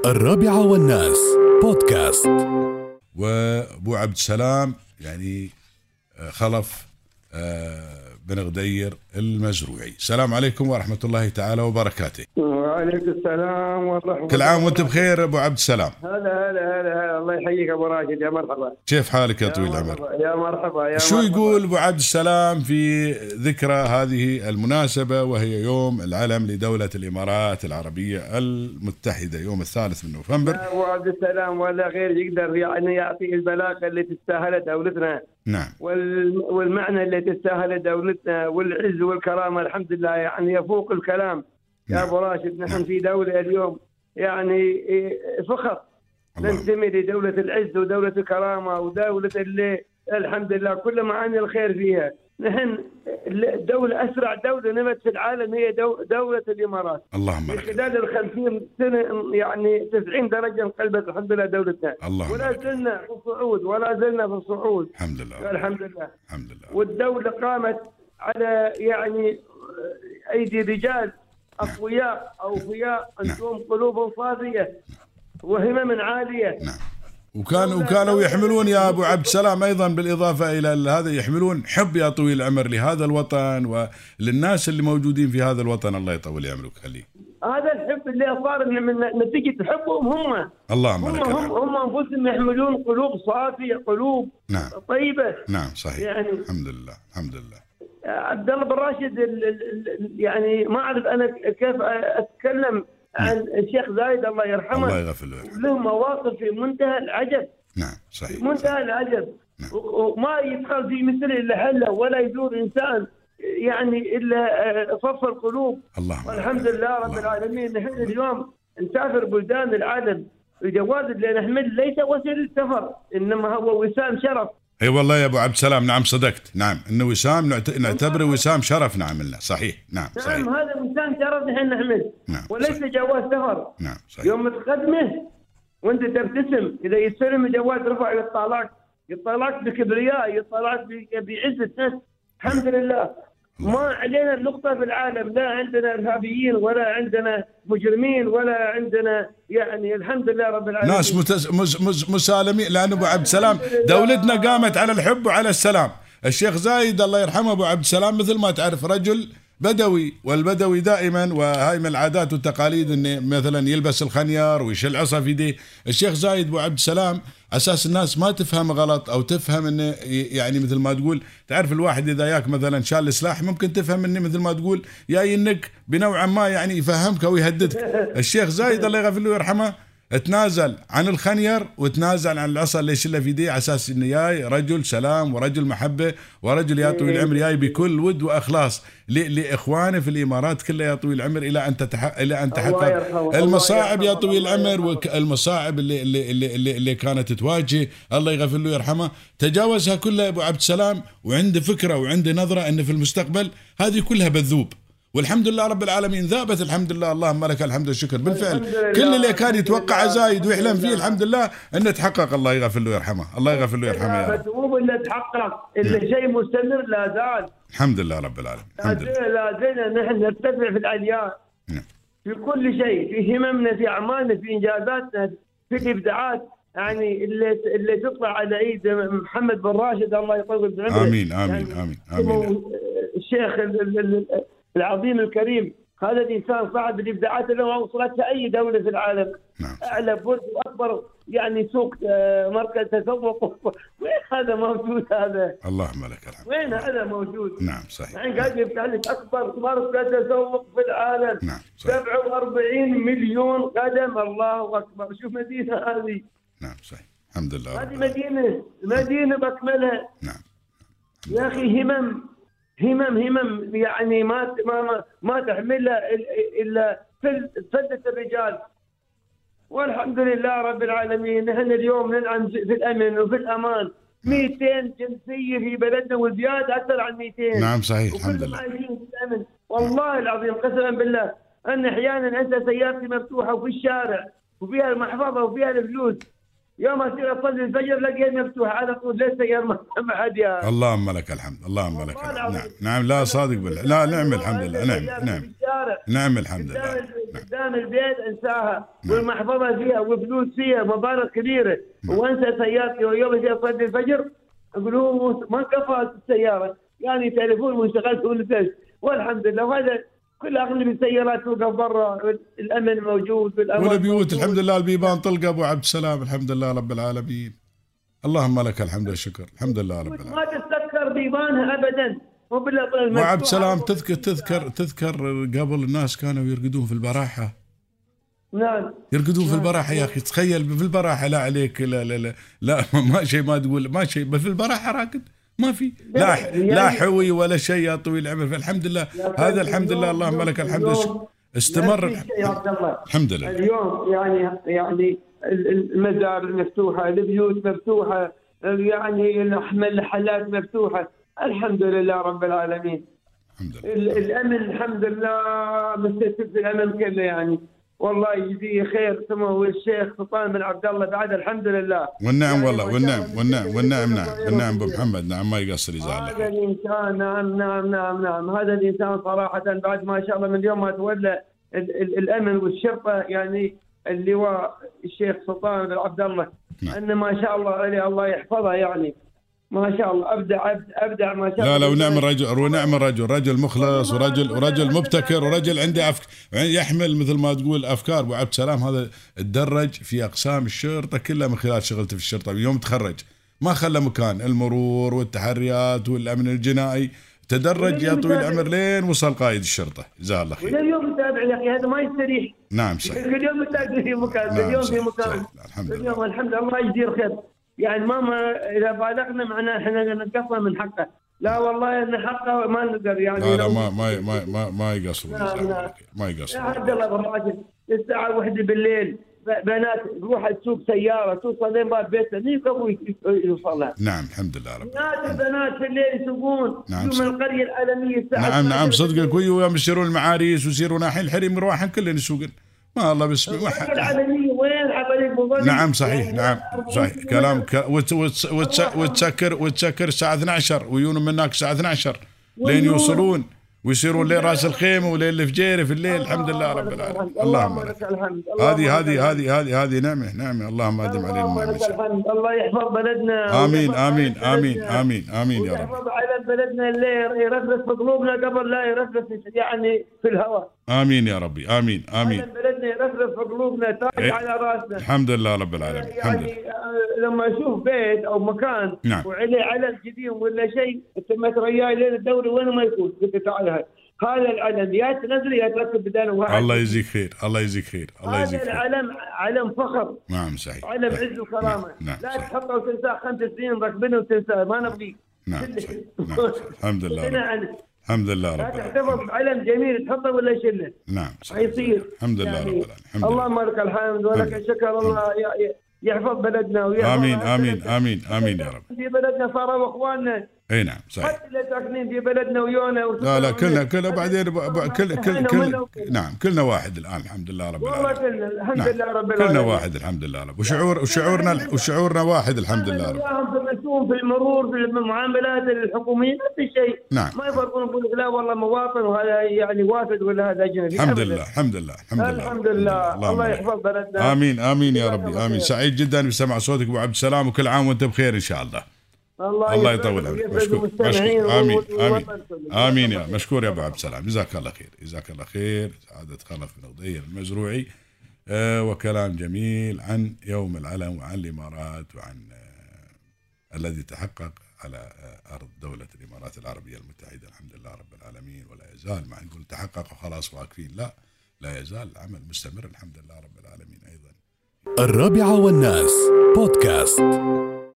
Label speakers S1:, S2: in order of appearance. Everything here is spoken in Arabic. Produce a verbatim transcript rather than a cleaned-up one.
S1: الرابعة والناس بودكاست.
S2: وابو عبد السلام يعني خلف بن غدير المزروعي. السلام عليكم ورحمة الله تعالى وبركاته.
S3: وعليكم السلام ورحمة الله.
S2: كل عام وانت بخير ابو عبد السلام.
S3: هلا هلا هلا الله يحييك ابو راشد، يا مرحبا.
S2: كيف حالك يا طويل العمر؟
S3: يا مرحبا يا
S2: شو
S3: مرحبا.
S2: يقول ابو عبد السلام في ذكرى هذه المناسبة وهي يوم العلم لدولة الامارات العربية المتحدة يوم الثالث من نوفمبر؟
S3: يا ابو عبد السلام ولا غير يقدر يعني يعطي البلاغة اللي تستاهلها دولتنا.
S2: نعم.
S3: والمعنى اللي تستاهله دولتنا والعز والكرامة الحمد لله، يعني يفوق الكلام.
S2: نعم.
S3: يا ابو راشد نحن
S2: نعم.
S3: في دولة اليوم يعني فخر ننتمي لدولة العز ودولة الكرامة ودولة اللي الحمد لله كل معاني الخير فيها. نحن دولة أسرع دولة نمت في العالم هي دولة الإمارات.
S2: اللهم لك
S3: خلال الخمسين سنة يعني تسعين درجة انقلبت الحمد لله دولتنا.
S2: اللهم
S3: ولا
S2: لك.
S3: زلنا في الصعود ولا زلنا في الصعود
S2: الحمد لله.
S3: الحمد لله.
S2: الحمد لله.
S3: والدولة قامت على يعني أيدي رجال أقوياء أوفياء عندهم قلوب صافية وهمم عالية.
S2: نعم. وكانوا وكانوا يحملون يا ابو عبد السلام ايضا بالاضافه الى هذا يحملون حب يا طويل العمر لهذا الوطن وللناس اللي موجودين في هذا الوطن. الله يطول عمرك خليه.
S3: هذا الحب اللي صار من نتيجه حبهم هم.
S2: اللهم
S3: هم
S2: لك
S3: هم,
S2: الحمد.
S3: هم انفسهم يحملون قلوب صافيه، قلوب
S2: نعم.
S3: طيبه.
S2: نعم صحيح.
S3: يعني
S2: الحمد لله الحمد لله.
S3: عبد الله بن راشد ال ال يعني ما اعرف انا كيف اتكلم عن الشيخ زايد الله يرحمه.
S2: الله يغفر له.
S3: له مواقف في منتهى العجب.
S2: نعم صحيح.
S3: منتهى
S2: صحيح.
S3: العجب.
S2: نعم.
S3: وما يدخل في مثل الا حله ولا يزور انسان يعني الا صف القلوب.
S2: اللهم
S3: والحمد لله رب
S2: الله.
S3: العالمين. نحن اليوم نسافر بلدان العالم، الجواز اللي نحمل ليس وسيله سفر انما هو وسام شرف.
S2: اي أيوة والله يا ابو عبد السلام. نعم صدقت. نعم انه وسام نعتبره وسام شرف. نعم لنا صحيح. نعم صحيح.
S3: نعم هذا وسام شرف نحن نحمل.
S2: نعم
S3: وليس
S2: صحيح.
S3: جواز سفر.
S2: نعم صحيح.
S3: يوم تقدمه وانت تبتسم، اذا يستلم الجواز رفع يطلعك يطلعك بكبرياء، يطلعك بعزة نفس. الحمد لله. ما علينا النقطة في العالم، لا عندنا إرهابيين ولا عندنا مجرمين ولا عندنا يعني الحمد لله رب العالمين
S2: ناس متس... مز... مز... مسالمين. لأن أبو عبد السلام دولتنا قامت على الحب وعلى السلام. الشيخ زايد الله يرحمه أبو عبد السلام مثل ما تعرف رجل بدوي، والبدوي دائما وهاي من العادات والتقاليد انه مثلا يلبس الخنيار ويشيل عصا في يديه. الشيخ زايد ابو عبد السلام اساس الناس ما تفهم غلط او تفهم انه يعني مثل ما تقول تعرف الواحد اذا ياك مثلا شال السلاح ممكن تفهم انه مثل ما تقول جاي انك بنوعا ما يعني يفهمك او يهددك. الشيخ زايد الله يغفر له ويرحمه تنازل عن الخنير وتنازل عن العصا اللي يشيلها في يديه على اساس انه جاي رجل سلام ورجل محبه ورجل يا طويل العمر جاي بكل ود واخلاص لاخوانه في الامارات كلها يا طويل العمر الى ان تتحقق الى ان تحقق المصاعب يا طويل العمر والمصاعب اللي اللي اللي, اللي, اللي كانت تواجه الله يغفر له ويرحمه تجاوزها كلها ابو عبد السلام. وعنده فكره وعنده نظره ان في المستقبل هذه كلها بتذوب. والحمد لله رب العالمين ذابت الحمد لله. اللهم لك الحمد والشكر. بالفعل كل اللي كان يتوقع زايد ويحلم فيه الحمد لله انه تحقق. الله يغفر له ويرحمه. الله يغفر له ويرحمه يا رب.
S3: مو الا تحقق الا شيء مستمر لا زال.
S2: الحمد لله رب العالمين. الحمد لله.
S3: لا زلنا نحن نرتفع في العليا في كل شيء، في هممنا، في اعمالنا، في انجازاتنا، في الابداعات يعني اللي اللي تطلع على ايد محمد بن راشد الله يطول بعمره.
S2: امين امين
S3: يعني
S2: امين امين.
S3: الشيخ العظيم الكريم هذا الانسان صاحب الابداعات اللي ما وصلتها اي دوله في العالم.
S2: نعم.
S3: اعلى برج واكبر يعني سوق مركز تسوق وين هذا موجود هذا؟
S2: اللهم لك الحمد.
S3: وين هذا موجود؟
S2: نعم صحيح.
S3: الحين قاعد يفتح لك اكبر مركز تسوق في العالم.
S2: نعم صحيح.
S3: سبعة وأربعين مليون قدم. الله اكبر. شوف مدينه هذه.
S2: نعم صحيح. الحمد لله.
S3: هذه مدينه مدينه باكملها.
S2: نعم.
S3: يا اخي همم همم همم يعني ما ما ما تحملها الا فلة الرجال. والحمد لله رب العالمين. نحن اليوم ننعم في الامن وفي الامان. مئتين جنسيه في بلدنا والبياد اكثر عن مئتين.
S2: نعم صحيح الحمد لله.
S3: عايشين في الامن. والله العظيم قسما بالله ان احيانا انت سيارتي مفتوحه وفي الشارع وفيها المحفظه وفيها الفلوس يوم أصير أصلي الفجر لقيت مفتوح على طول ليس سيار ما حد يا
S2: اللهم لك الحمد. اللهم لك الحمد. نعم نعم لا صادق بالله. لا نعم الحمد لله. نعم نعم نعم الحمد لله.
S3: قدام البيت انساها، والمحفظه فيها وفلوس فيها مبالغ كبيره، وانسى سيارتي. ويوم جاي اصلي الفجر اقول له ما كفت السياره، يعني تليفون وانشغلت ونسيت، والحمد لله. وهذا كل اغلب السيارات توقف برا، الامن موجود
S2: والبيوت الحمد لله البيبان طلقه ابو عبد السلام، الحمد لله رب العالمين. اللهم لك الحمد والشكر، الحمد لله رب العالمين.
S3: ما تستذكر بيبانها ابدا.
S2: ابو عبد السلام تذكر تذكر تذكر قبل الناس كانوا يرقدون في البراحه.
S3: نعم
S2: يرقدون في البراحه يا اخي، تخيل في البراحه. لا عليك، لا لا لا, لا ما شيء ما تقول ما شيء في البراحه راقد، ما في لا لا حوي ولا شيء يا طويل العمر. فالحمد لله هذا الحمد لله اللهم لك الحمد. استمر الحمد لله.
S3: اليوم يعني يعني المزار مفتوحه، البيوت مفتوحه، يعني المحلات مفتوحه، الحمد لله رب العالمين.
S2: الحمد لله.
S3: الامن الحمد لله مستتب في الامن كله يعني، والله يجزيه خير سمو الشيخ سلطان بن عبد الله بعد الحمد لله.
S2: والنعم يعني والله والنعم والنعم والنعم نعم والنعم ابو محمد نعم ما يقصر يزعل.
S3: هذا الانسان نعم نعم نعم نعم هذا الانسان صراحه بعد ما شاء الله من يوم ما تولى الامن والشرطه يعني اللواء الشيخ سلطان بن عبد الله، نعم. ان ما شاء الله عليه الله يحفظه يعني ما شاء الله ابدع ابدع ما شاء الله.
S2: لا لا ونعم الرجل ونعم الرجل، رجل مخلص ورجل ورجل مبتكر ورجل عنده أفك... يحمل مثل ما تقول افكار. ابو عبد السلام هذا تدرج في اقسام الشرطه كلها من خلال شغلته في الشرطه. يوم تخرج ما خلى مكان، المرور والتحريات والامن الجنائي، تدرج يا طويل العمر لين وصل قائد الشرطه جزاه الله خير.
S3: اليوم متابع يا اخي، هذا ما يستريح.
S2: نعم صحيح.
S3: اليوم متابع في مكان،
S2: نعم
S3: اليوم في مكان.
S2: الحمد لله.
S3: اليوم الحمد لله الله يجزيه خير. يعني ماما اذا بالغنا معناه احنا نقصنا من حقه، لا والله ان حقه ما نقدر يعني.
S2: لا لا ما ما ما ما, ما يقصر ما يقصر.
S3: يا عبد الله بالراجل الساعه واحدة بالليل بنات تروح تسوق سياره توصل لين باب بيتها مين قوي يوصلها.
S2: نعم الحمد لله رب
S3: الناس البنات في الليل يسوقون.
S2: نعم
S3: من القريه العالميه الساعه.
S2: نعم نعم صدقك ويوم يصيرون المعاريس ويصيرون الحين الحريم مروحهم كلهم يسوقن. ما الله بسم
S3: القريه العالميه وين حبايب.
S2: نعم صحيح نعم صحيح كلام ك... وت... وت... وت... وتسكر وتسكر الساعه اثنتي عشرة ويجون من هناك الساعه اثنتي عشرة لين يوصلون ويصيرون لين راس الخيمه ولين الفجيره في الليل. الحمد لله رب العالمين. اللهم لك الحمد. هذه هذه هذه هذه هذه نعمه نعمه اللهم ادم علينا النعمه.
S3: الله يحفظ بلدنا.
S2: امين امين امين امين امين يا رب.
S3: يحفظ على بلدنا اللي يرفرف في قلوبنا قبل لا يرفرف يعني في الهواء.
S2: امين يا ربي امين امين.
S3: بلدنا يرفرف في قلوبنا تاج على راسنا.
S2: الحمد لله رب العالمين. الحمد لله.
S3: يعني لما اشوف بيت او مكان
S2: نعم.
S3: وعليه علم جديد ولا شيء انت ما ترياه لين الدوري وين ما يكون قلت تعال هذا العلم يا تنزل يا تركب بداله واحد.
S2: الله يجزيك خير الله يجزيك خير الله يجزيك خير.
S3: هذا العلم علم فخر.
S2: نعم صحيح.
S3: علم عز وكرامه.
S2: نعم. نعم.
S3: لا تحطه وتنساه خمس سنين ركبنه وتنساه ما نبغيك.
S2: نعم صحيح. نعم الحمد لله الحمد لله رب
S3: العالمين. لا تحتفظ بعلم جميل تحطه ولا شله.
S2: نعم صحيح.
S3: يصير
S2: الحمد لله
S3: يعني
S2: رب العالمين.
S3: اللهم لك الحمد ولك الشكر. الله يحفظ بلدنا ويحفظ.
S2: امين امين امين امين يا رب.
S3: في بلدنا صاروا اخواننا.
S2: اي نعم صحيح.
S3: حتى اللي ساكنين في بلدنا ويونا.
S2: لا لا كلنا كلنا بعدين كل كل كل نعم كلنا واحد الان الحمد لله رب العالمين.
S3: والله كلنا الحمد
S2: نعم.
S3: لله رب العالمين.
S2: كلنا واحد الحمد لله رب وشعور وشعورنا وشعورنا واحد الحمد لله رب.
S3: في الرسوم في المرور في المعاملات الحكوميه نفس الشيء.
S2: نعم.
S3: ما يفرقون يقول لا والله مواطن وهذا يعني وافد ولا هذا اجنبي.
S2: الحمد لله الحمد لله الحمد لله
S3: الحمد لله. الله يحفظ بلدنا.
S2: امين امين يا ربي امين. سعيد جدا بسمع صوتك ابو عبد السلام وكل عام وانت بخير ان شاء الله.
S3: الله,
S2: الله يطول عمرك. مشكور مشكور امين امين امين يا مشكور يا ابو عبد السلام. جزاك الله خير جزاك الله خير. سعاده خلف النضير المزروعي آه وكلام جميل عن يوم العلم وعن الامارات وعن آه الذي تحقق على آه ارض دوله الامارات العربيه المتحده. الحمد لله رب العالمين. ولا يزال ما نقول تحقق وخلاص واقفين، لا لا يزال العمل مستمر الحمد لله رب العالمين. ايضا
S1: الرابعه والناس بودكاست.